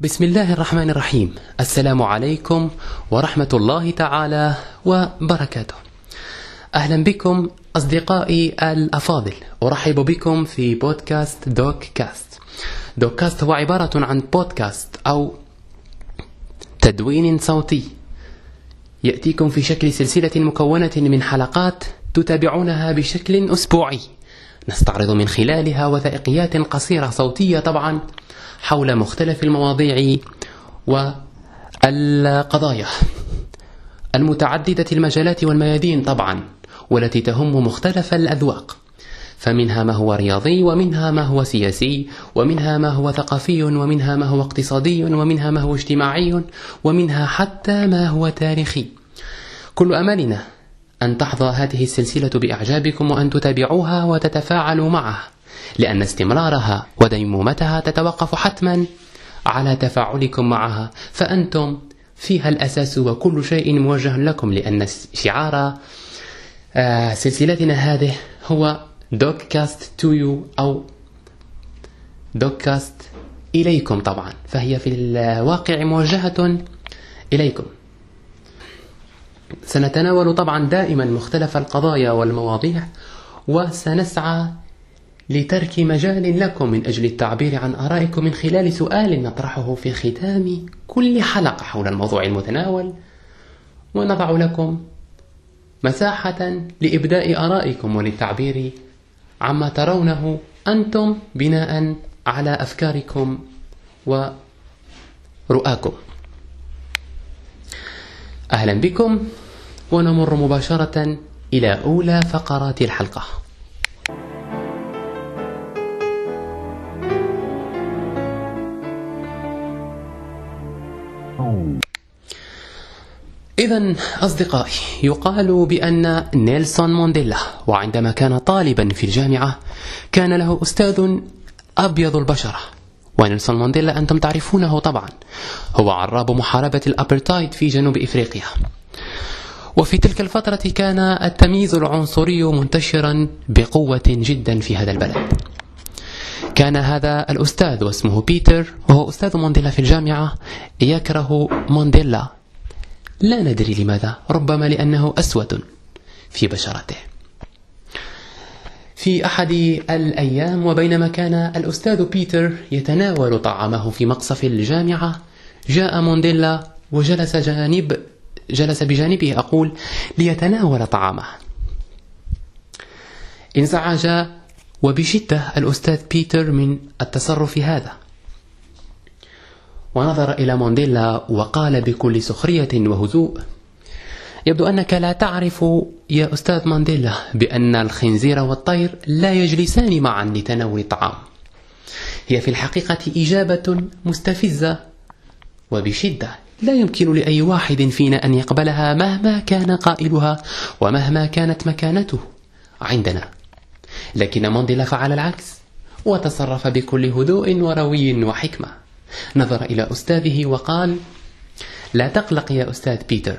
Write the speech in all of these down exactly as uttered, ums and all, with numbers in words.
بسم الله الرحمن الرحيم. السلام عليكم ورحمة الله تعالى وبركاته. أهلا بكم أصدقائي الأفاضل، أرحب بكم في بودكاست دوك كاست. دوك كاست هو عبارة عن بودكاست أو تدوين صوتي يأتيكم في شكل سلسلة مكونة من حلقات تتابعونها بشكل أسبوعي، نستعرض من خلالها وثائقيات قصيرة صوتية طبعا حول مختلف المواضيع والقضايا المتعددة المجالات والميادين طبعا، والتي تهم مختلف الأذواق، فمنها ما هو رياضي، ومنها ما هو سياسي، ومنها ما هو ثقافي، ومنها ما هو اقتصادي، ومنها ما هو اجتماعي، ومنها حتى ما هو تاريخي. كل أملنا أن تحظى هذه السلسلة بإعجابكم وأن تتابعوها وتتفاعلوا معها، لأن استمرارها وديمومتها تتوقف حتما على تفاعلكم معها، فأنتم فيها الأساس وكل شيء موجه لكم، لأن شعار سلسلتنا هذه هو دوك كاست تو يو أو دوك كاست إليكم طبعا، فهي في الواقع موجهة إليكم. سنتناول طبعا دائما مختلف القضايا والمواضيع، وسنسعى لترك مجال لكم من أجل التعبير عن آرائكم من خلال سؤال نطرحه في ختام كل حلقة حول الموضوع المتناول، ونضع لكم مساحة لإبداء آرائكم وللتعبير عما ترونه أنتم بناء على أفكاركم ورؤاكم. أهلا بكم، ونمر مباشرة إلى أولى فقرات الحلقة. إذن أصدقائي، يقال بأن نيلسون مانديلا وعندما كان طالبا في الجامعة كان له أستاذ أبيض البشرة، ونيلسون مانديلا أنتم تعرفونه طبعا، هو عراب محاربة الأبرتايد في جنوب إفريقيا. وفي تلك الفترة كان التمييز العنصري منتشرا بقوة جدا في هذا البلد. كان هذا الأستاذ واسمه بيتر، وهو أستاذ مانديلا في الجامعة، يكره مانديلا، لا ندري لماذا، ربما لأنه أسود في بشرته. في أحد الأيام وبينما كان الأستاذ بيتر يتناول طعامه في مقصف الجامعة، جاء مانديلا وجلس جانب جلس بجانبه أقول ليتناول طعامه. انزعج وبشدة الأستاذ بيتر من التصرف هذا، ونظر إلى مانديلا وقال بكل سخرية وهزوء: يبدو أنك لا تعرف يا أستاذ مانديلا بأن الخنزير والطير لا يجلسان معا لتناول الطعام. هي في الحقيقة إجابة مستفزة وبشدة لا يمكن لأي واحد فينا أن يقبلها مهما كان قائلها ومهما كانت مكانته عندنا. لكن مانديلا فعل العكس، وتصرف بكل هدوء وروي وحكمة. نظر إلى أستاذه وقال: لا تقلق يا أستاذ بيتر،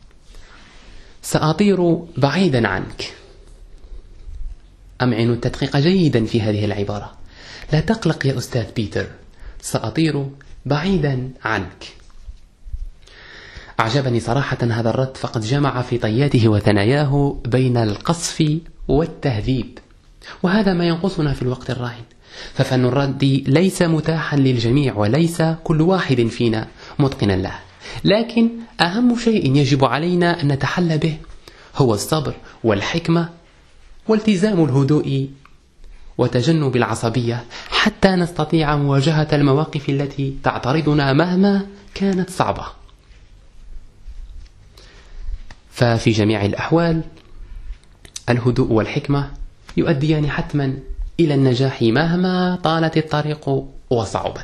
سأطير بعيدا عنك. أمعنوا التدقيق جيدا في هذه العبارة. لا تقلق يا أستاذ بيتر، سأطير بعيدا عنك. أعجبني صراحة هذا الرد، فقد جمع في طياته وثناياه بين القصف والتهذيب، وهذا ما ينقصنا في الوقت الراهن. ففن الرد ليس متاحا للجميع، وليس كل واحد فينا متقنا له، لكن أهم شيء يجب علينا أن نتحلى به هو الصبر والحكمة والتزام الهدوء وتجنب العصبية، حتى نستطيع مواجهة المواقف التي تعترضنا مهما كانت صعبة. ففي جميع الأحوال الهدوء والحكمة يؤديان حتما إلى النجاح مهما طالت الطريق وصعبت.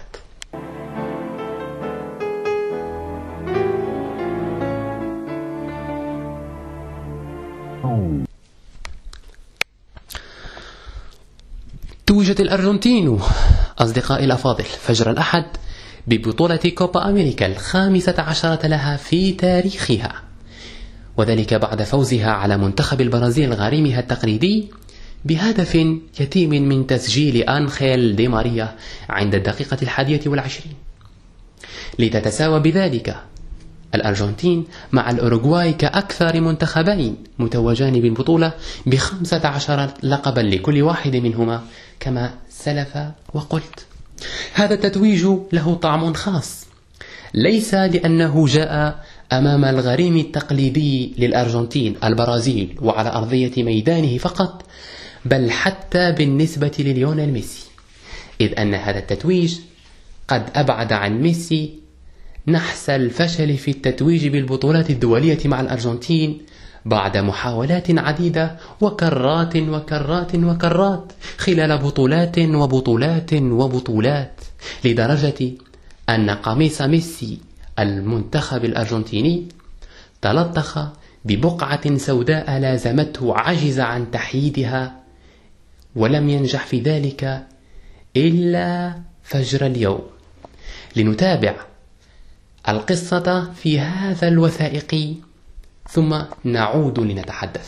توجد الأرجنتين أصدقائي الأفاضل فجر الأحد ببطولة كوبا أمريكا الخامسة عشرة لها في تاريخها، وذلك بعد فوزها على منتخب البرازيل غريمها التقليدي بهدف يتيم من تسجيل أنخيل دي ماريا عند الدقيقة الحادية والعشرين. لتتساوى بذلك الأرجنتين مع الأوروغواي كأكثر منتخبين متوجان بالبطولة بخمسة عشر لقبا لكل واحد منهما كما سلف وقلت. هذا التتويج له طعم خاص، ليس لأنه جاء أمام الغريم التقليدي للأرجنتين البرازيل وعلى أرضية ميدانه فقط، بل حتى بالنسبة لليونيل ميسي، إذ أن هذا التتويج قد أبعد عن ميسي نحس الفشل في التتويج بالبطولات الدولية مع الأرجنتين بعد محاولات عديدة وكرات وكرات وكرات خلال بطولات وبطولات وبطولات، لدرجة أن قميص ميسي المنتخب الأرجنتيني تلطخ ببقعة سوداء لازمته عجز عن تحييدها، ولم ينجح في ذلك إلا فجر اليوم. لنتابع القصة في هذا الوثائقي ثم نعود لنتحدث.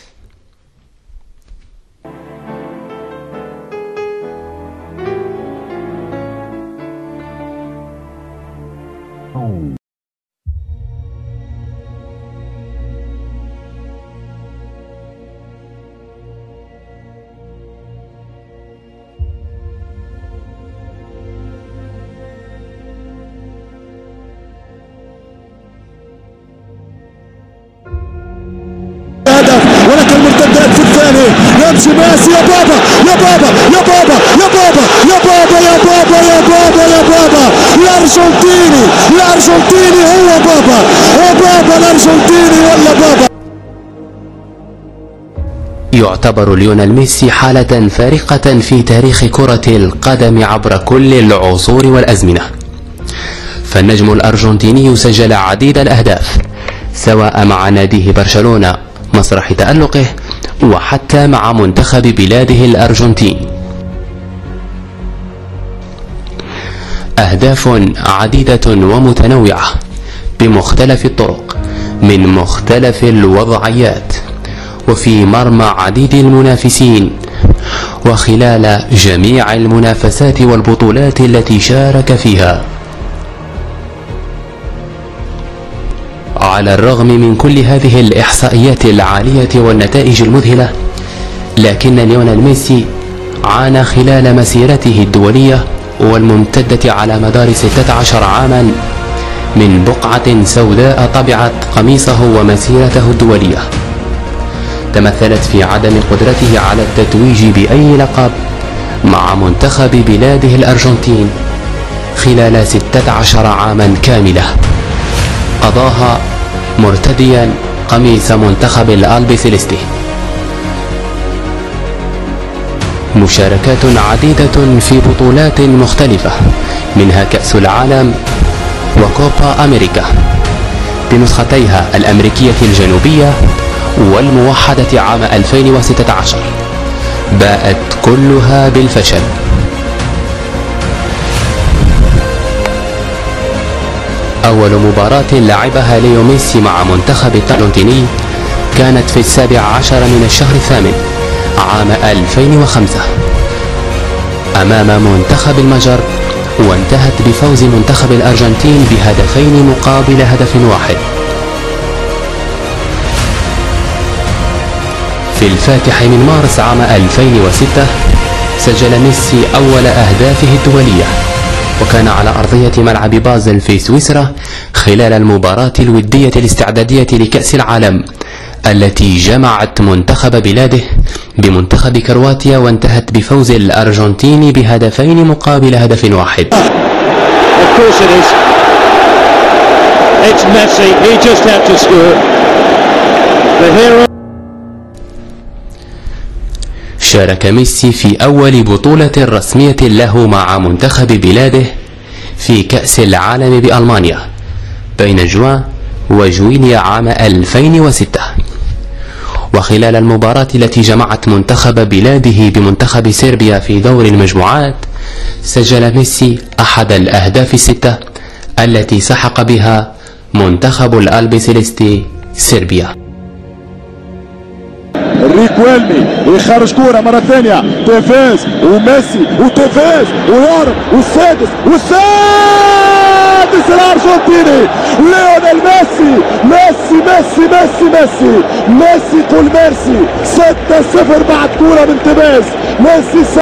ولكن المرتدات في الثاني يمشي ميسي يا بابا يا بابا يا بابا يا بابا يا بابا يا بابا يا بابا يا بابا الأرجنتيني الأرجنتيني هو بابا هو بابا الأرجنتيني ولا بابا. يعتبر ليونيل ميسي حالة فارقة في تاريخ كرة القدم عبر كل العصور والأزمنة، فالنجم الأرجنتيني سجل عديد الأهداف سواء مع ناديه برشلونة مسرح تألقه وحتى مع منتخب بلاده الأرجنتين. أهداف عديدة ومتنوعة بمختلف الطرق من مختلف الوضعيات وفي مرمى عديد المنافسين وخلال جميع المنافسات والبطولات التي شارك فيها. على الرغم من كل هذه الإحصائيات العالية والنتائج المذهلة، لكن ليونيل ميسي عانى خلال مسيرته الدولية والممتدة على مدار ستة عشر عاما من بقعة سوداء طبعت قميصه ومسيرته الدولية، تمثلت في عدم قدرته على التتويج بأي لقب مع منتخب بلاده الأرجنتين خلال ستة عشر عاما كاملة قضاها مرتديا قميص منتخب الألبيسيليستي. مشاركات عديدة في بطولات مختلفة منها كأس العالم وكوبا أمريكا بنسختيها الأمريكية الجنوبية والموحدة عام ألفين وستة عشر، باءت كلها بالفشل. أول مباراة لعبها ليو ميسي مع منتخب الأرجنتيني كانت في السابع عشر من الشهر الثامن عام ألفين وخمسة أمام منتخب المجر، وانتهت بفوز منتخب الأرجنتين بهدفين مقابل هدف واحد. في الفاتح من مارس عام ألفين وستة سجل ميسي أول أهدافه الدولية، وكان على أرضية ملعب بازل في سويسرا خلال المباراة الودية الاستعدادية لكأس العالم التي جمعت منتخب بلاده بمنتخب كرواتيا، وانتهت بفوز الأرجنتين بهدفين مقابل هدف واحد. شارك ميسي في أول بطولة رسمية له مع منتخب بلاده في كأس العالم بألمانيا بين جوان وجويليا عام ألفين وستة، وخلال المباراة التي جمعت منتخب بلاده بمنتخب صربيا في دور المجموعات سجل ميسي أحد الأهداف الستة التي سحق بها منتخب الألبيسيليستي صربيا. ريكويلمي ويخرج كورة مرة ثانية، تيفيز وميسي وتيفيز ويارب والسادس والسادس المنافس الارجنتيني ليونيل ميسي. ميسي ميسي ميسي ميسي ميسي قول ميرسي. ستة صفر بعد كورة من تيفيز. ميسي.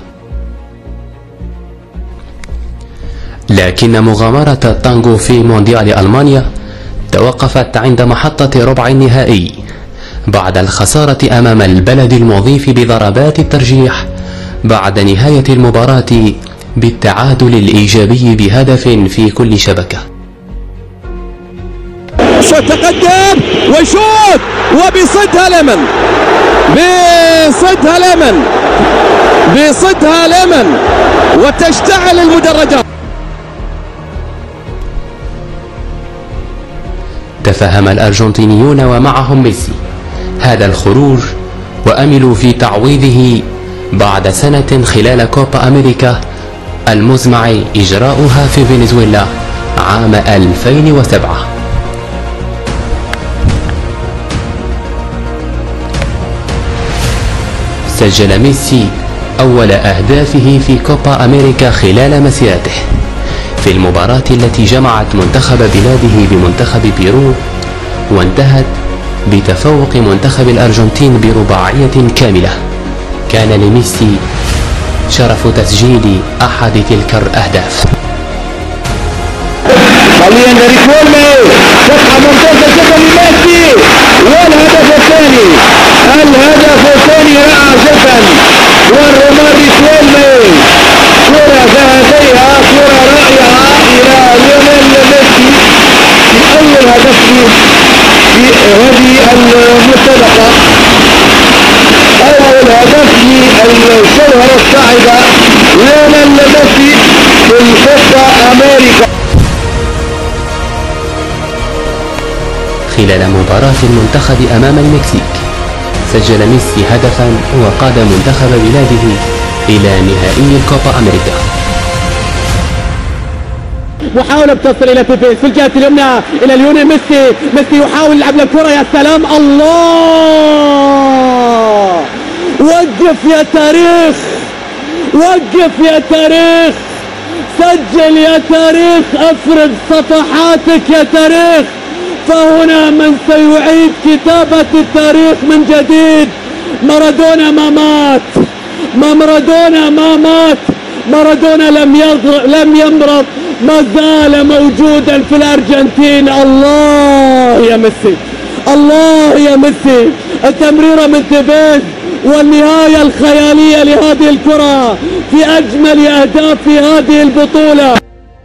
لكن مغامرة التانغو في مونديال ألمانيا توقفت عند محطة ربع النهائي بعد الخسارة أمام البلد المضيف بضربات الترجيح بعد نهاية المباراة بالتعادل الإيجابي بهدف في كل شبكة. تقدم ويشوط وبيصدها لمن بيصدها لمن بيصدها لمن وتشتعل المدرجات. تفهم الأرجنتينيون ومعهم ميسي هذا الخروج وأملوا في تعويضه بعد سنة خلال كوبا أمريكا المزمع إجراؤها في فنزويلا عام ألفين وسبعة. سجل ميسي أول أهدافه في كوبا أمريكا خلال مسيرته في المباراة التي جمعت منتخب بلاده بمنتخب بيرو وانتهت بتفوق منتخب الأرجنتين برباعية كاملة. كان لميسي شرف تسجيل أحد تلك الأهداف. فتحة ممتازة جدا لميسي والهدف الثاني. الهدف الثاني رائع جدا والرمار سويلمي. كرة ذهبية كرة رائعة إلى ليونيل ميسي في أول هدف في هذه المسابقة. أول هدف للجوهرة الصاعدة ليونيل ميسي في الكوبا أمريكا. خلال مباراة المنتخب أمام المكسيك سجل ميسي هدفا وقاد منتخب بلاده إلى نهائي الكوبا أمريكا. محاولة بتصل إلى تيفيز في الجهة اليمنى إلى ليونيل ميسي. ميسي يحاول لعب الكرة. يا سلام الله. وقف يا تاريخ وقف يا تاريخ. سجل يا تاريخ. افرد صفحاتك يا تاريخ. فهنا من سيعيد كتابة التاريخ من جديد. مارادونا ما مات. ما مارادونا ما مات. مارادونا لم لم يمرض. ما زال موجودا في الأرجنتين. الله يا ميسي. الله يا ميسي. التمريرة من تيفيز والنهاية الخيالية لهذه الكرة في أجمل أهداف في هذه البطولة.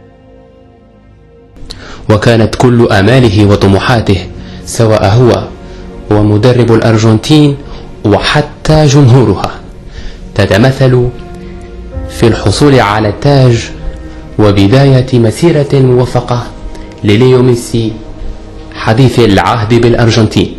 وكانت كل آماله وطموحاته سواء هو ومدرب الأرجنتين وحتى جمهورها تتمثل في الحصول على التاج وبداية مسيرة موفقة لليو ميسي حديث العهد بالأرجنتين.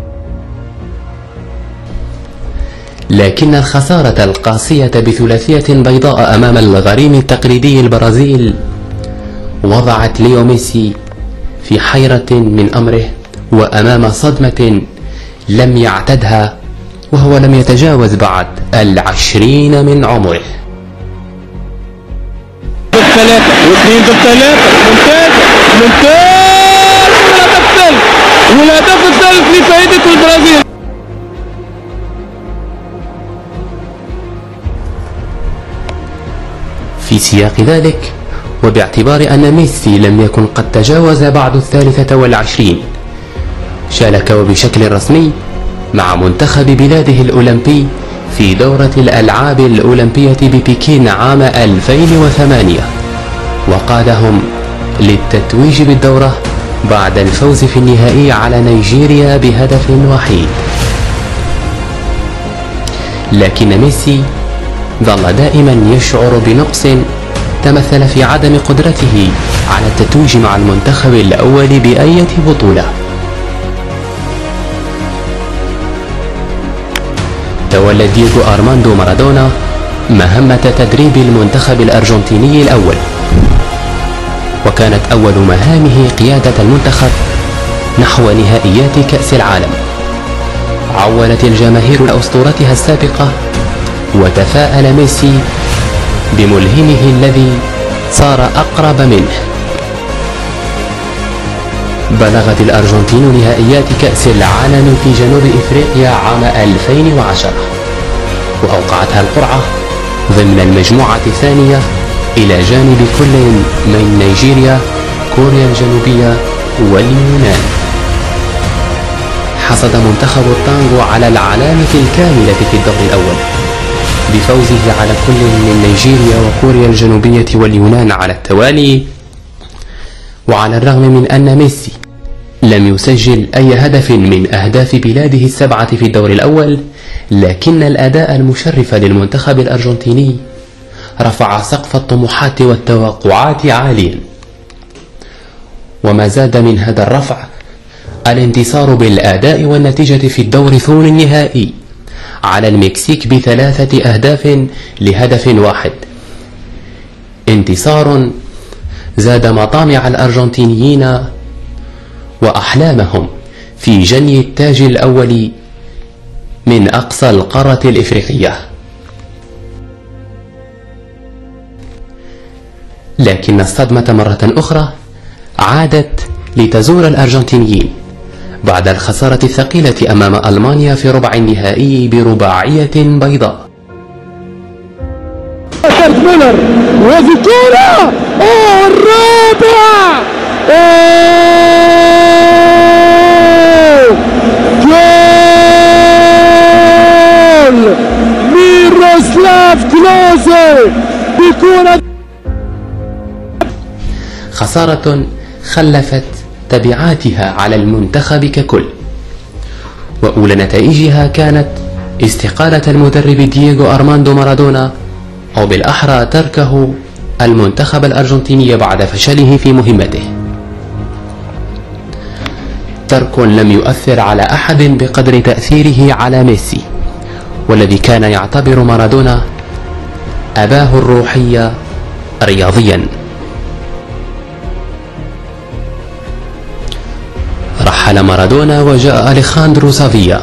لكن الخسارة القاسية بثلاثية بيضاء أمام الغريم التقليدي البرازيل وضعت ليو ميسي في حيرة من أمره وأمام صدمة لم يعتدها وهو لم يتجاوز بعد العشرين من عمره. ثلاثة واثنين بالثلاثة. ممتاز ممتاز. والهدف الثالث والهدف الثالث لفائدة البرازيل. في سياق ذلك وباعتبار أن ميسي لم يكن قد تجاوز بعد الثالثة والعشرين شارك وبشكل رسمي مع منتخب بلاده الأولمبي في دورة الألعاب الأولمبية ببكين عام ألفين وثمانية وقادهم للتتويج بالدورة بعد الفوز في النهائي على نيجيريا بهدف وحيد. لكن ميسي ظل دائما يشعر بنقص تمثل في عدم قدرته على التتويج مع المنتخب الأول بأية بطولة. تولى دييغو أرماندو مارادونا مهمة تدريب المنتخب الأرجنتيني الأول وكانت أول مهامه قيادة المنتخب نحو نهائيات كأس العالم. عولت الجماهير لأسطورتها السابقة وتفاءل ميسي بملهمه الذي صار أقرب منه. بلغت الأرجنتين نهائيات كأس العالم في جنوب إفريقيا عام ألفين وعشرة، وأوقعتها القرعة ضمن المجموعة الثانية إلى جانب كل من نيجيريا، كوريا الجنوبية واليونان. حصد منتخب التانغو على العلامة الكاملة في الدور الأول بفوزه على كل من نيجيريا وكوريا الجنوبية واليونان على التوالي. وعلى الرغم من أن ميسي لم يسجل أي هدف من أهداف بلاده السبعة في الدور الأول، لكن الأداء المشرف للمنتخب الأرجنتيني رفع سقف الطموحات والتوقعات عاليا. وما زاد من هذا الرفع الانتصار بالأداء والنتيجة في الدور ثمن النهائي على المكسيك بثلاثة أهداف لهدف واحد، انتصار زاد مطامع الأرجنتينيين وأحلامهم في جني التاج الأول من أقصى القارة الإفريقية. لكن الصدمة مرة أخرى عادت لتزور الأرجنتينيين بعد الخسارة الثقيلة أمام ألمانيا في ربع النهائي برباعية بيضاء. ميلر وفي كورة الرابع، جول ميروسلاف كلوزي بكرة. خسارة خلفت تبعاتها على المنتخب ككل، وأولى نتائجها كانت استقالة المدرب دييغو أرماندو مارادونا، أو بالأحرى تركه المنتخب الأرجنتيني بعد فشله في مهمته. ترك لم يؤثر على أحد بقدر تأثيره على ميسي، والذي كان يعتبر مارادونا أباه الروحي رياضيا. رحل مارادونا وجاء أليخاندرو سافيا،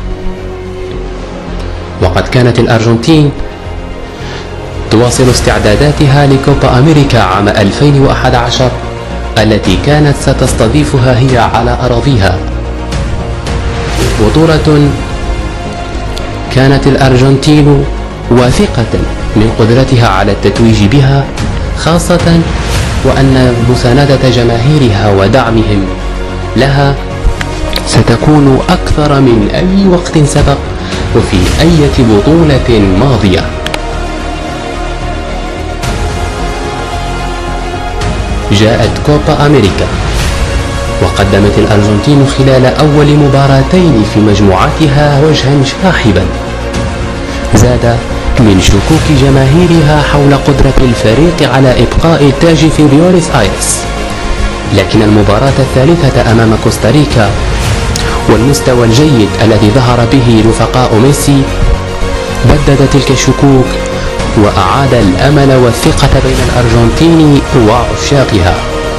وقد كانت الأرجنتين تواصل استعداداتها لكوبا أمريكا عام ألفين وأحد عشر التي كانت ستستضيفها هي على أراضيها، بطولة كانت الأرجنتين واثقة من قدرتها على التتويج بها، خاصة وأن مساندة جماهيرها ودعمهم لها ستكون أكثر من أي وقت سبق وفي أي بطولة ماضية. جاءت كوبا أمريكا وقدمت الأرجنتين خلال أول مباراتين في مجموعتها وجها شاحبا زاد من شكوك جماهيرها حول قدرة الفريق على إبقاء التاج في بيونس آيرس. لكن المباراة الثالثة أمام كوستاريكا والمستوى الجيد الذي ظهر به رفقاء ميسي بدد تلك الشكوك وأعاد الأمل والثقة بين الأرجنتين وعشاقها.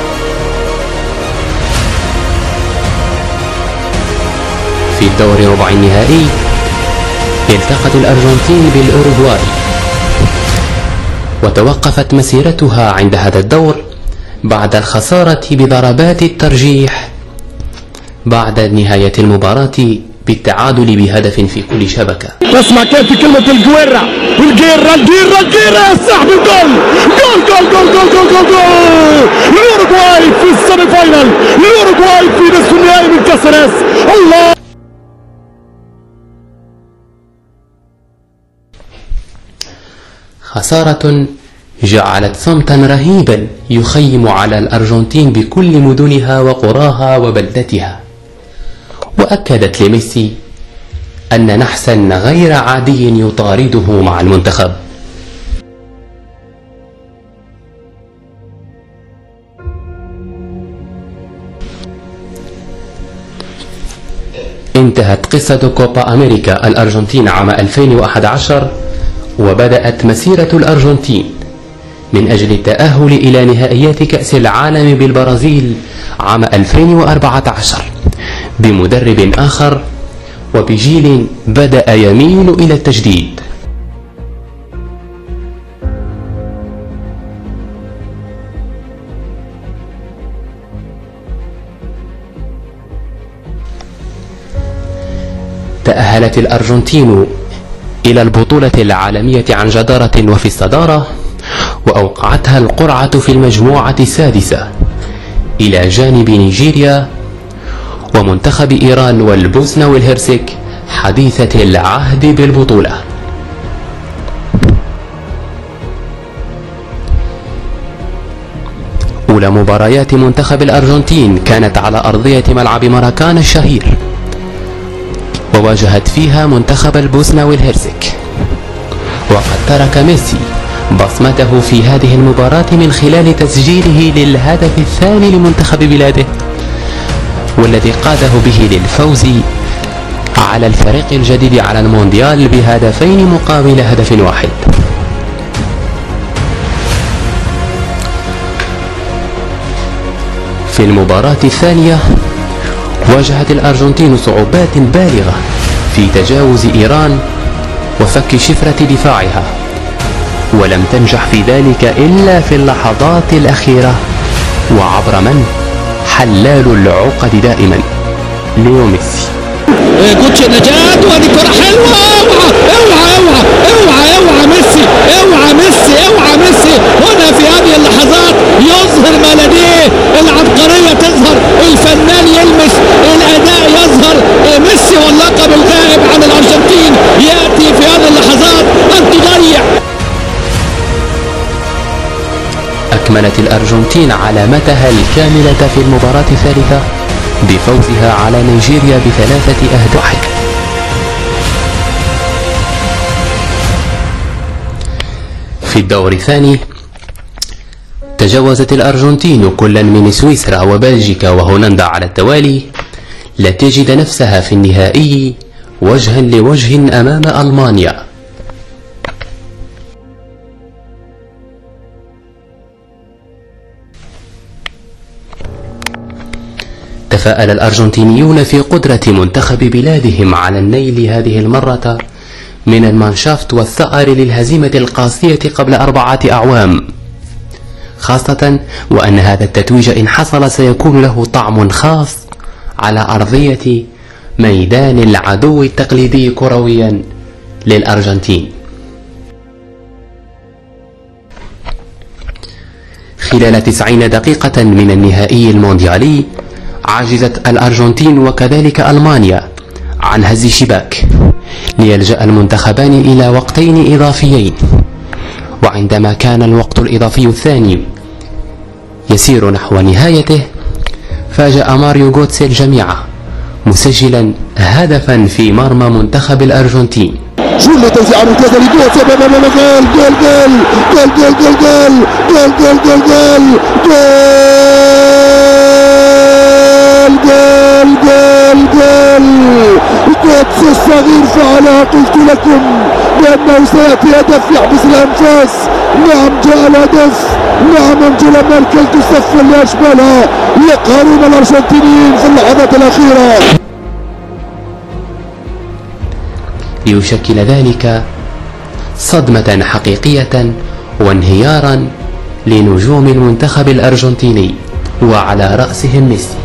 في الدور ربع النهائي التقت الأرجنتين بالأوروغواي، وتوقفت مسيرتها عند هذا الدور بعد الخسارة بضربات الترجيح بعد نهاية المباراة بالتعادل بهدف في كل شبكة. تسمع كيف كلمة الجويرا الجيرا الجيرا الجيرا صاحب الجول، جول جول جول جول جول جول جول الأوروغواي في السيمي فاينل، الأوروغواي في نصف النهائي من كأس العالم. الله. خسارة جعلت صمتا رهيبا يخيم على الأرجنتين بكل مدنها وقراها وبلدتها، وأكدت لميسي أن نحسا غير عادي يطارده مع المنتخب. انتهت قصة كوبا أمريكا الأرجنتين عام ألفين وأحد عشر، وبدأت مسيرة الأرجنتين من أجل التأهل إلى نهائيات كأس العالم بالبرازيل عام ألفين وأربعة عشر بمدرب آخر وبجيل بدأ يميل إلى التجديد. تأهلت الأرجنتين إلى البطولة العالمية عن جدارة وفي الصدارة، وأوقعتها القرعة في المجموعة السادسة إلى جانب نيجيريا ومنتخب إيران والبوسنة والهرسك حديثة العهد بالبطولة. أولى مباريات منتخب الأرجنتين كانت على أرضية ملعب ماراكانا الشهير، وواجهت فيها منتخب البوسنة والهرسك، وقد ترك ميسي بصمته في هذه المباراة من خلال تسجيله للهدف الثاني لمنتخب بلاده، والذي قاده به للفوز على الفريق الجديد على المونديال بهدفين مقابل هدف واحد. في المباراة الثانية واجهت الأرجنتين صعوبات بالغة في تجاوز إيران وفك شفرة دفاعها، ولم تنجح في ذلك إلا في اللحظات الأخيرة وعبر من؟ حلال العقد دائما، ليو ميسي. كوتش النجاة، وادي كرة حلوة، اوعى اوعى اوعى اوعى اوعى ميسي، اوعى ميسي اوعى ميسي. هنا في هذه اللحظات يظهر ما لديه، العبقرية تظهر، الفنان يلمس، الأداء يظهر. ميسي واللقب الغائب عن الأرجنتين يأتي في هذه اللحظات أن تضيع. أكملت الأرجنتين علامتها الكاملة في المباراة الثالثة بفوزها على نيجيريا بثلاثة أهداف. في الدور الثاني تجاوزت الأرجنتين كلا من سويسرا وبلجيكا وهولندا على التوالي لتجد نفسها في النهائي وجها لوجه أمام ألمانيا. تفاءل الأرجنتينيون في قدرة منتخب بلادهم على النيل هذه المرة من المانشافت والثأر للهزيمة القاسية قبل أربعة أعوام، خاصة وأن هذا التتويج إن حصل سيكون له طعم خاص على أرضية ميدان العدو التقليدي كرويا للأرجنتين. خلال تسعين دقيقة من النهائي المونديالي عجزت الأرجنتين وكذلك ألمانيا عن هز الشباك، ليلجأ المنتخبان إلى وقتين إضافيين. وعندما كان الوقت الإضافي الثاني يسير نحو نهايته فاجأ ماريو جوتسي الجميع مسجلا هدفا في مرمى منتخب الأرجنتين. جول توزيع ممتازة لجوتسي، جول جول جول جول جول جول جول جول جول جول جول جول جول. جوتسي الصغير فعلها، قلت لكم بأنه سيأتي هدف يحبس الأنفاس. نعم جاء الهدف، نعم أنجيلا ميركل تصفر لأشبالها، يقهرون الأرجنتينيين في اللحظات الأخيرة. ليشكل ذلك صدمة حقيقية وانهيارا لنجوم المنتخب الأرجنتيني وعلى رأسهم ميسي.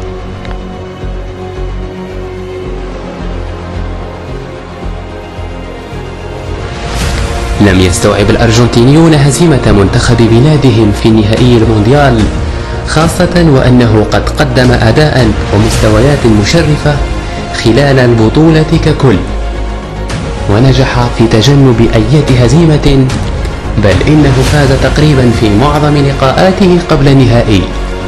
لم يستوعب الأرجنتينيون هزيمة منتخب بلادهم في نهائي المونديال، خاصة وأنه قد قدم أداء ومستويات مشرفة خلال البطولة ككل، ونجح في تجنب أي هزيمة، بل إنه فاز تقريبا في معظم لقاءاته قبل النهائي.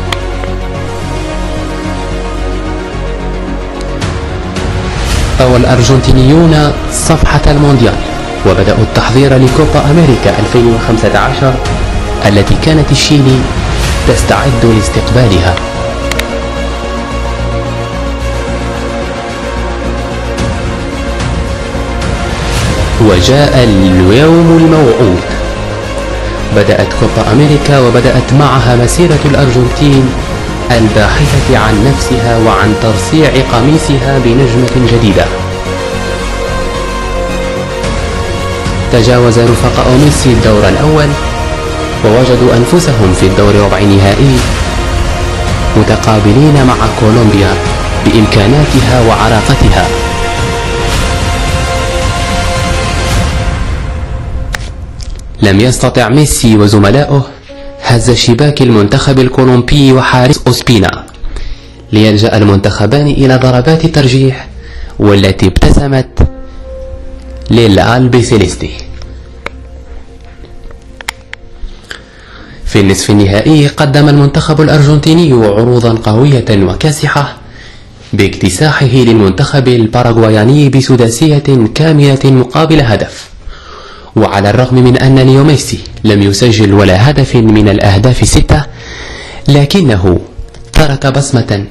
طوى الأرجنتينيون صفحة المونديال وبدأوا التحضير لكوبا أمريكا ألفين وخمسة عشر التي كانت الشيلي تستعد لاستقبالها. وجاء اليوم الموعود، بدأت كوبا أمريكا وبدأت معها مسيرة الأرجنتين الباحثة عن نفسها وعن ترصيع قميصها بنجمة جديدة. تجاوز رفقاء ميسي الدور الأول ووجدوا أنفسهم في الدور ربع نهائي متقابلين مع كولومبيا بإمكاناتها وعراقتها. لم يستطع ميسي وزملائه هز شباك المنتخب الكولومبي وحارس أوسبينا، ليلجأ المنتخبان إلى ضربات الترجيح والتي ابتسمت للألبي سيليستي. في النصف النهائي قدم المنتخب الأرجنتيني عروضا قوية وكاسحة باكتساحه للمنتخب الباراغواياني بسداسية كاملة مقابل هدف. وعلى الرغم من أن ليو ميسي لم يسجل ولا هدف من الأهداف الستة، لكنه ترك بصمة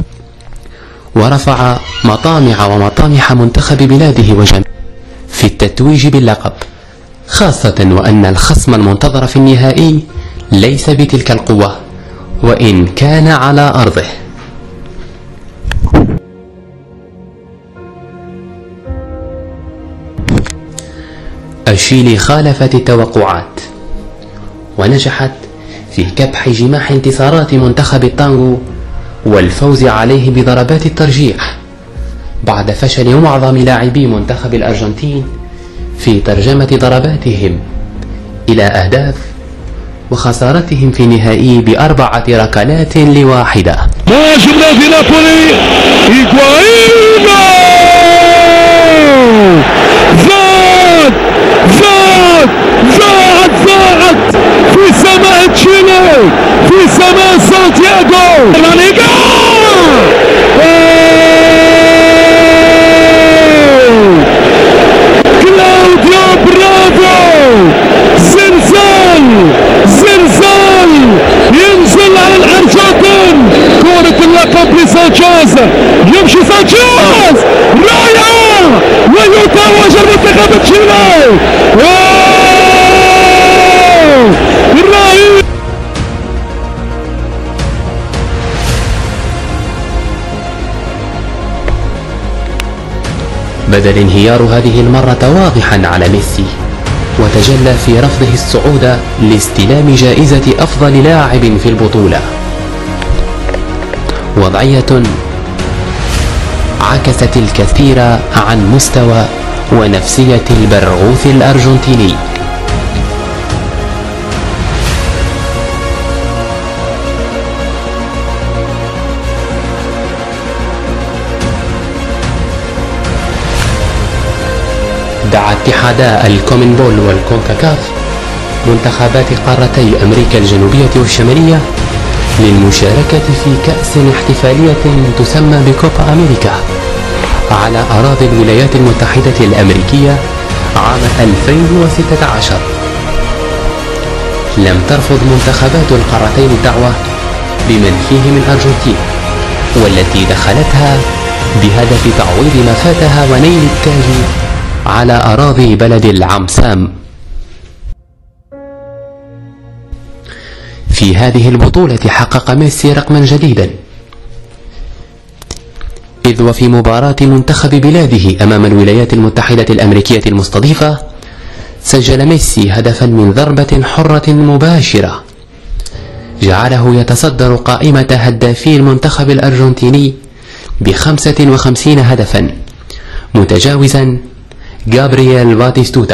ورفع مطامع ومطامح منتخب بلاده وجميع في التتويج باللقب، خاصة وأن الخصم المنتظر في النهائي ليس بتلك القوة وإن كان على أرضه. الشيلي خالفت التوقعات ونجحت في كبح جماح انتصارات منتخب التانغو والفوز عليه بضربات الترجيح بعد فشل معظم لاعبي منتخب الأرجنتين في ترجمة ضرباتهم إلى أهداف وخسارتهم في النهائي بأربعة ركلات لواحدة. ما شفنا في نابولي هيغوايين زاد زاد زاد زاد في سماء تشيلي، في سماء سانتياغو لا ليغا. كلاوديو برافو، زلزال زلزال ينزل على الأرجنتين. كرة اللقب لسانشيز، يمشي سانشيز رائعة ويتوج المنتخب تشيلي. رائع. بدا الانهيار هذه المرة واضحا على ميسي، وتجلى في رفضه الصعود لاستلام جائزة أفضل لاعب في البطولة، وضعية عكست الكثير عن مستوى ونفسية البرغوث الأرجنتيني. دعا اتحادا الكومنبول والكونكاكاف منتخبات قارتي أمريكا الجنوبية والشمالية للمشاركة في كأس احتفالية تسمى بكوبا أمريكا على أراضي الولايات المتحدة الأمريكية عام ألفين وستة عشر. لم ترفض منتخبات القارتين الدعوة بمن فيهم الأرجنتين، والتي دخلتها بهدف تعويض ما فاتها ونيل التاج على أراضي بلد العمسام. في هذه البطولة حقق ميسي رقما جديدا، إذ وفي مباراة منتخب بلاده أمام الولايات المتحدة الأمريكية المستضيفة سجل ميسي هدفا من ضربة حرة مباشرة جعله يتصدر قائمة هدافي المنتخب الأرجنتيني بخمسة وخمسين هدفا، متجاوزا جابرييل باتيستوتا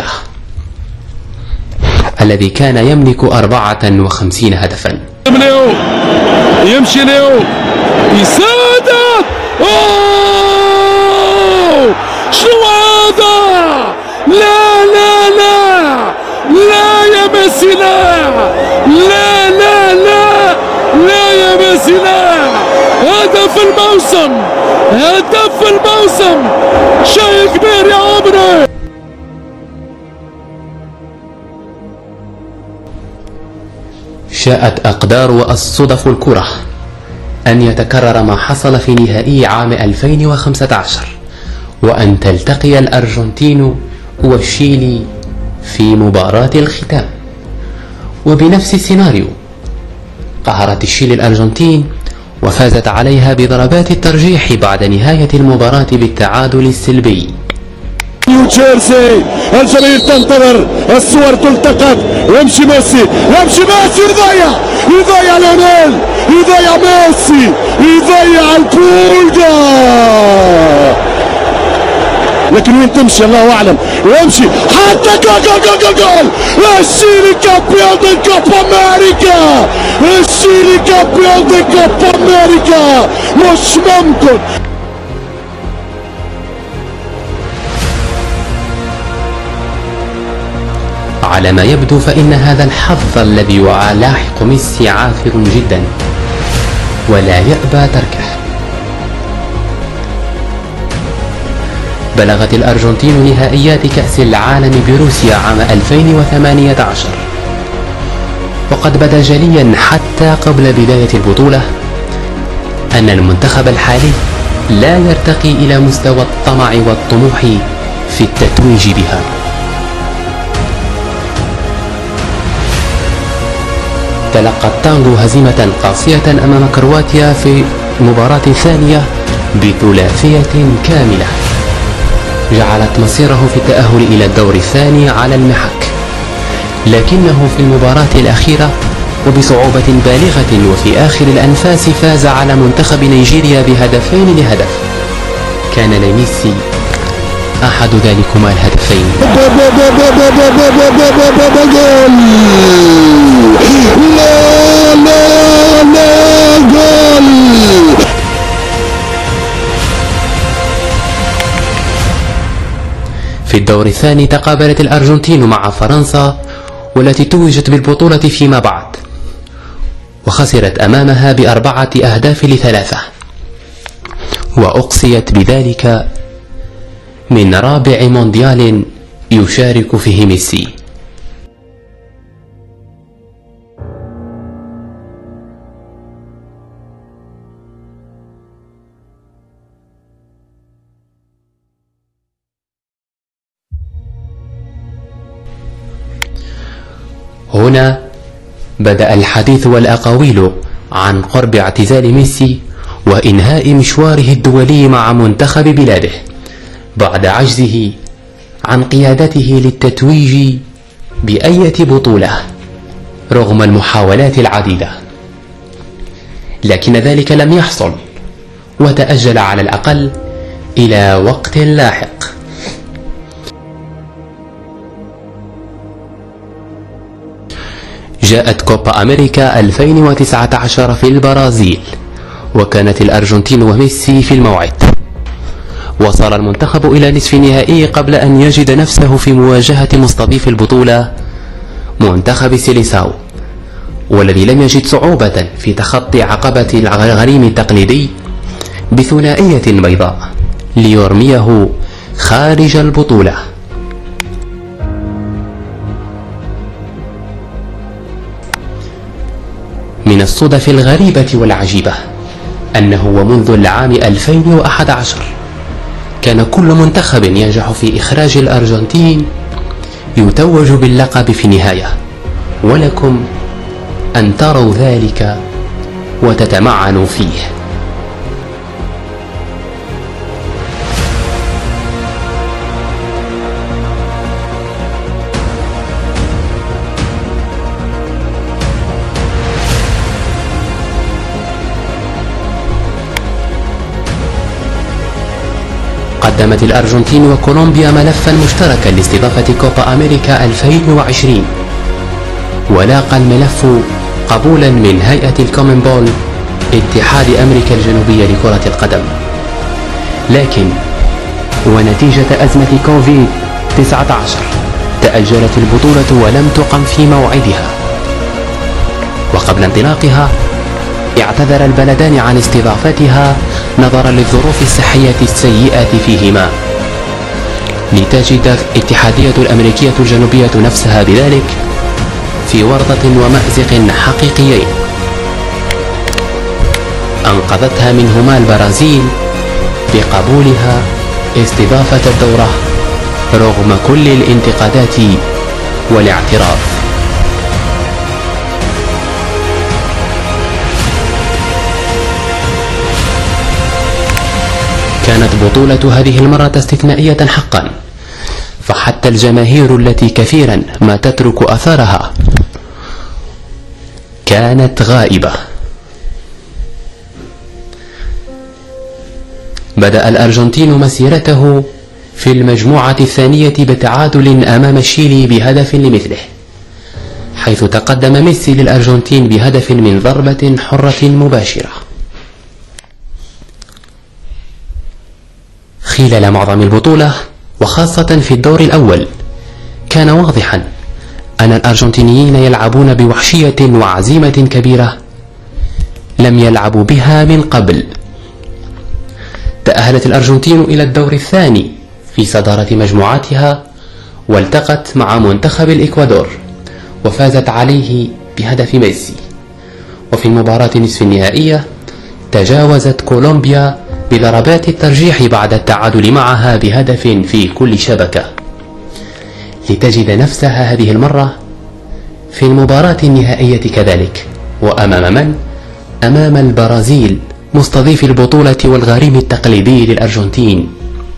الذي كان يملك أربعة وخمسين هدفا. ليو يمشي ليو يسدد. اوه شنو هذا؟ لا لا لا لا يا ميسي، لا لا لا لا لا يا ميسي، لا. هدف الموسم، هدف الموسم، شيء كبير يا عمري. شاءت أقدار والصدف الكرة أن يتكرر ما حصل في نهائي عام ألفين وخمسة عشر، وأن تلتقي الأرجنتين والشيلي في مباراة الختام. وبنفس السيناريو قهرت الشيلي الأرجنتين وفازت عليها بضربات الترجيح بعد نهاية المباراة بالتعادل السلبي. نيوجيرسي الجماهير تنتظر، الصور تلتقط، يمشي ميسي، يمشي ميسي، يضيع يضيع ليونيل، يضيع ميسي، يضيع البولجا. لكن وين تمشي الله اعلم. وامشي حتى جول جول جول جول جول الشيلي كامبيون دي كوبا امريكا. الشيلي كامبيون دي كوبا امريكا مش ممكن. على ما يبدو فإن هذا الحظ الذي يلاحق ميسي عاثر جدا ولا يأبى تركه. بلغت الأرجنتين نهائيات كأس العالم بروسيا عام ألفين وثمانية عشر، وقد بدا جليا حتى قبل بداية البطولة أن المنتخب الحالي لا يرتقي إلى مستوى الطمع والطموح في التتويج بها. تلقى التانغو هزيمة قاسية أمام كرواتيا في المباراة الثانية بثلاثية كاملة جعلت مصيره في التأهل إلى الدور الثاني على المحك، لكنه في المباراة الأخيرة وبصعوبة بالغة وفي آخر الأنفاس فاز على منتخب نيجيريا بهدفين لهدف. كان لميسي أحد ذلكما الهدفين. لا لا لا جول. في الدور الثاني تقابلت الأرجنتين مع فرنسا والتي توجت بالبطولة فيما بعد، وخسرت أمامها بأربعة أهداف لثلاثة، وأقصيت بذلك من رابع مونديال يشارك فيه ميسي. هنا بدأ الحديث والأقاويل عن قرب اعتزال ميسي وإنهاء مشواره الدولي مع منتخب بلاده بعد عجزه عن قيادته للتتويج بأية بطولة رغم المحاولات العديدة، لكن ذلك لم يحصل وتأجل على الأقل إلى وقت لاحق. جاءت كوبا أمريكا ألفين وتسعة عشر في البرازيل، وكانت الأرجنتين وميسي في الموعد. وصل المنتخب إلى نصف النهائي قبل أن يجد نفسه في مواجهة مستضيف البطولة منتخب سيليساو، والذي لم يجد صعوبة في تخطي عقبة الغريم التقليدي بثنائية بيضاء ليرميه خارج البطولة. من الصدف الغريبة والعجيبة أنه ومنذ العام ألفين وأحد عشر كان كل منتخب ينجح في إخراج الأرجنتين يتوج باللقب في النهاية، ولكم أن تروا ذلك وتتمعنوا فيه. قدمت الأرجنتين وكولومبيا ملفا مشتركا لاستضافة كوبا أمريكا ألفين وعشرين، ولاقى الملف قبولا من هيئة الكومنبول اتحاد أمريكا الجنوبية لكرة القدم، لكن ونتيجة أزمة كوفيد تسعة عشر تأجلت البطولة ولم تقم في موعدها. وقبل انطلاقها اعتذر البلدان عن استضافتها نظرا للظروف الصحية السيئة فيهما، لتجد الاتحادية الأمريكية الجنوبية نفسها بذلك في ورطة ومأزق حقيقيين أنقذتها منهما البرازيل بقبولها استضافة الدورة رغم كل الانتقادات والاعتراض. كانت بطولة هذه المرة استثنائية حقا، فحتى الجماهير التي كثيرا ما تترك أثرها كانت غائبة. بدأ الأرجنتين مسيرته في المجموعة الثانية بتعادل أمام الشيلي بهدف لمثله، حيث تقدم ميسي للأرجنتين بهدف من ضربة حرة مباشرة. خلال معظم البطولة وخاصة في الدور الأول كان واضحا أن الأرجنتينيين يلعبون بوحشية وعزيمة كبيرة لم يلعبوا بها من قبل. تأهلت الأرجنتين إلى الدور الثاني في صدارة مجموعاتها، والتقت مع منتخب الإكوادور وفازت عليه بهدف ميسي. وفي المباراة النصف النهائية تجاوزت كولومبيا بضربات الترجيح بعد التعادل معها بهدف في كل شبكة، لتجد نفسها هذه المرة في المباراة النهائية كذلك، وأمام من؟ أمام البرازيل مستضيف البطولة والغريم التقليدي للأرجنتين.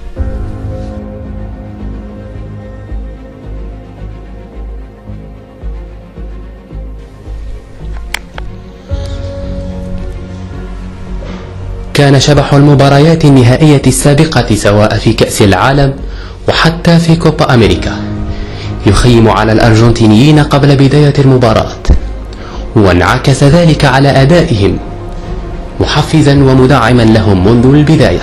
كان شبح المباريات النهائية السابقة سواء في كأس العالم وحتى في كوبا أمريكا يخيم على الأرجنتينيين قبل بداية المباراة، وانعكس ذلك على أدائهم محفزا ومدعما لهم منذ البداية،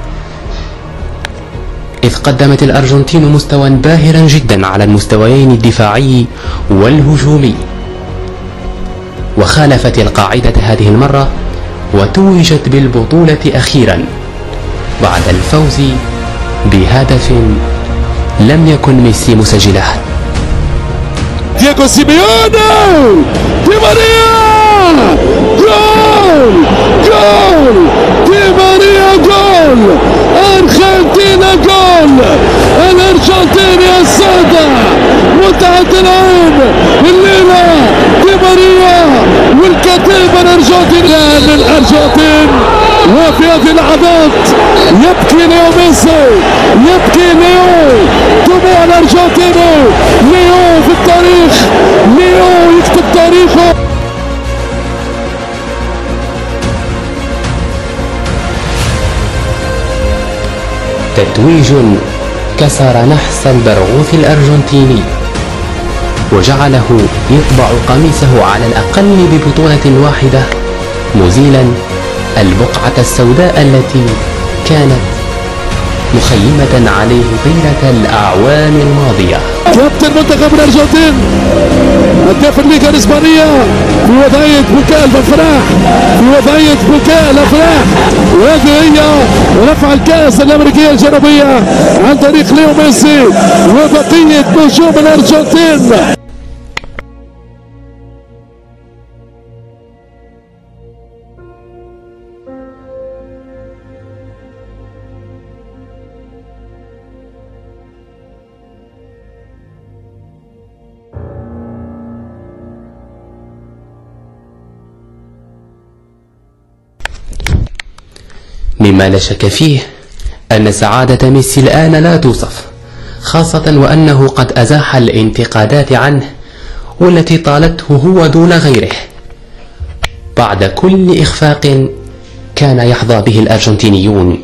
إذ قدمت الأرجنتين مستوى باهرا جدا على المستويين الدفاعي والهجومي، وخالفت القاعدة هذه المرة وتوجت بالبطولة أخيرا بعد الفوز بهدف لم يكن ميسي مسجله. دييغو سيميوني، دي ماريا، جول جول، دي ماريا جول، أرجنتينا جول، الأرجنتين يا السادة متعة العين الليلة، دي ماريا والكتيبة الأرجنتينية للأرجنتين. وفي هذه اللحظات يبكي ليو ميسي، يبكي ليو، دموع الأرجنتيني، ليو في التاريخ، ليو يكتب تاريخه. تتويج كسر نحس البرغوث الأرجنتيني وجعله يطبع قميصه على الأقل ببطولة واحدة، مزيلا البقعة السوداء التي كانت مخيمة عليه طيلة الأعوام الماضية. كابتن منتخب الأرجنتين هداف الليغا الإسبانية في وضعية بكاء الأفراح، في وضعية بكاء الأفراح، وهذه هي رفع الكأس الأمريكية الجنوبية عن طريق ليو ميسي وبقية نجوم الأرجنتين. مما لا شك فيه أن سعادة ميسي الآن لا توصف، خاصة وأنه قد أزاح الانتقادات عنه والتي طالته هو دون غيره بعد كل إخفاق كان يحظى به الأرجنتينيون.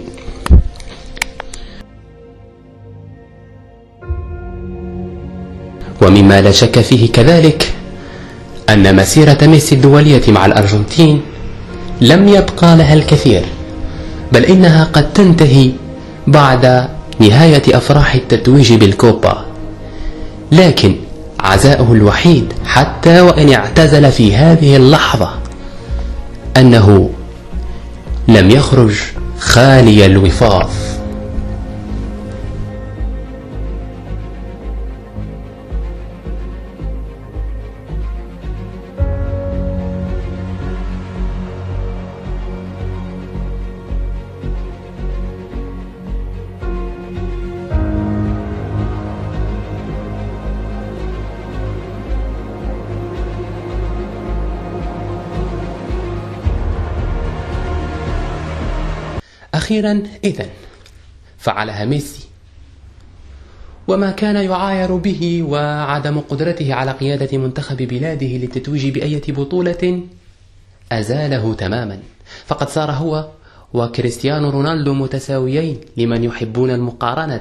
ومما لا شك فيه كذلك أن مسيرة ميسي الدولية مع الأرجنتين لم يبقى لها الكثير، بل إنها قد تنتهي بعد نهاية أفراح التتويج بالكوبا. لكن عزاؤه الوحيد حتى وإن اعتزل في هذه اللحظة أنه لم يخرج خالي الوفاض. أخيرا إذن فعلها ميسي، وما كان يعاير به وعدم قدرته على قيادة منتخب بلاده للتتويج بأية بطولة أزاله تماما، فقد صار هو وكريستيانو رونالدو متساويين لمن يحبون المقارنة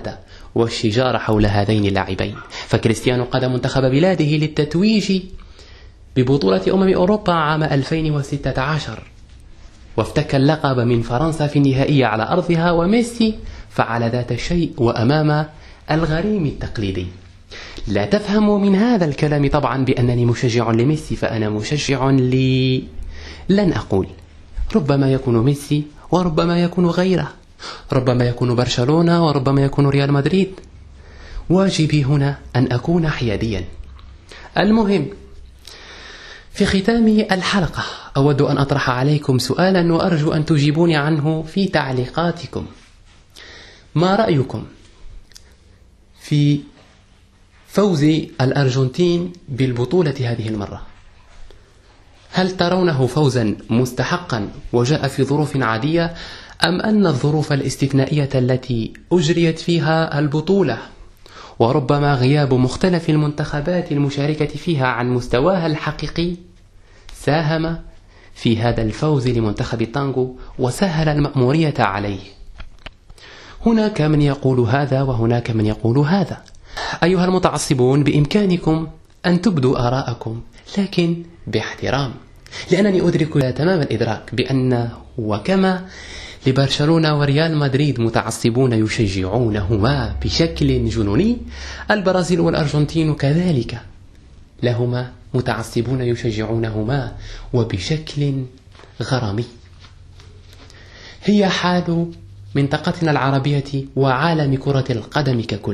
والشجار حول هذين اللاعبين. فكريستيانو قاد منتخب بلاده للتتويج ببطولة أمم أوروبا عام ألفين وستة عشر، وافتك اللقب من فرنسا في النهائية على أرضها، وميسي فعل ذات الشيء وأمام الغريم التقليدي. لا تفهموا من هذا الكلام طبعا بأنني مشجع لميسي، فأنا مشجع ل... لن أقول، ربما يكون ميسي وربما يكون غيره، ربما يكون برشلونة وربما يكون ريال مدريد. واجبي هنا أن أكون حياديا. المهم، في ختام الحلقة أود أن أطرح عليكم سؤالا وأرجو أن تجيبوني عنه في تعليقاتكم. ما رأيكم في فوز الأرجنتين بالبطولة هذه المرة؟ هل ترونه فوزا مستحقا وجاء في ظروف عادية، أم أن الظروف الاستثنائية التي أجريت فيها البطولة وربما غياب مختلف المنتخبات المشاركة فيها عن مستواها الحقيقي ساهم في هذا الفوز لمنتخب التانغو وسهل المأمورية عليه؟ هناك من يقول هذا وهناك من يقول هذا. أيها المتعصبون، بإمكانكم أن تبدوا آراءكم لكن باحترام، لأنني أدرك تمام الإدراك بأن وكما لبرشلونة وريال مدريد متعصبون يشجعونهما بشكل جنوني، البرازيل والأرجنتين كذلك لهما متعصبون يشجعونهما وبشكل غرامي. هي حال منطقتنا العربية وعالم كرة القدم ككل.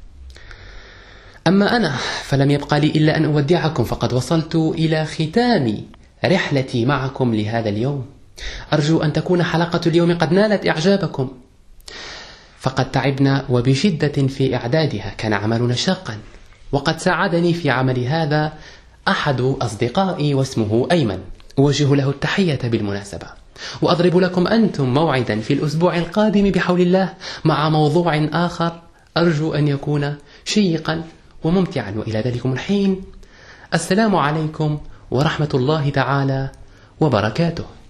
أما أنا فلم يبقى لي إلا أن أودعكم، فقد وصلت إلى ختام رحلتي معكم لهذا اليوم. أرجو أن تكون حلقة اليوم قد نالت إعجابكم، فقد تعبنا وبشدة في إعدادها، كان عملنا شاقا، وقد ساعدني في عمل هذا أحد أصدقائي واسمه أيمن، أوجه له التحية بالمناسبة. وأضرب لكم أنتم موعدا في الأسبوع القادم بحول الله مع موضوع آخر أرجو أن يكون شيقا وممتعا. وإلى ذلكم الحين، السلام عليكم ورحمة الله تعالى وبركاته.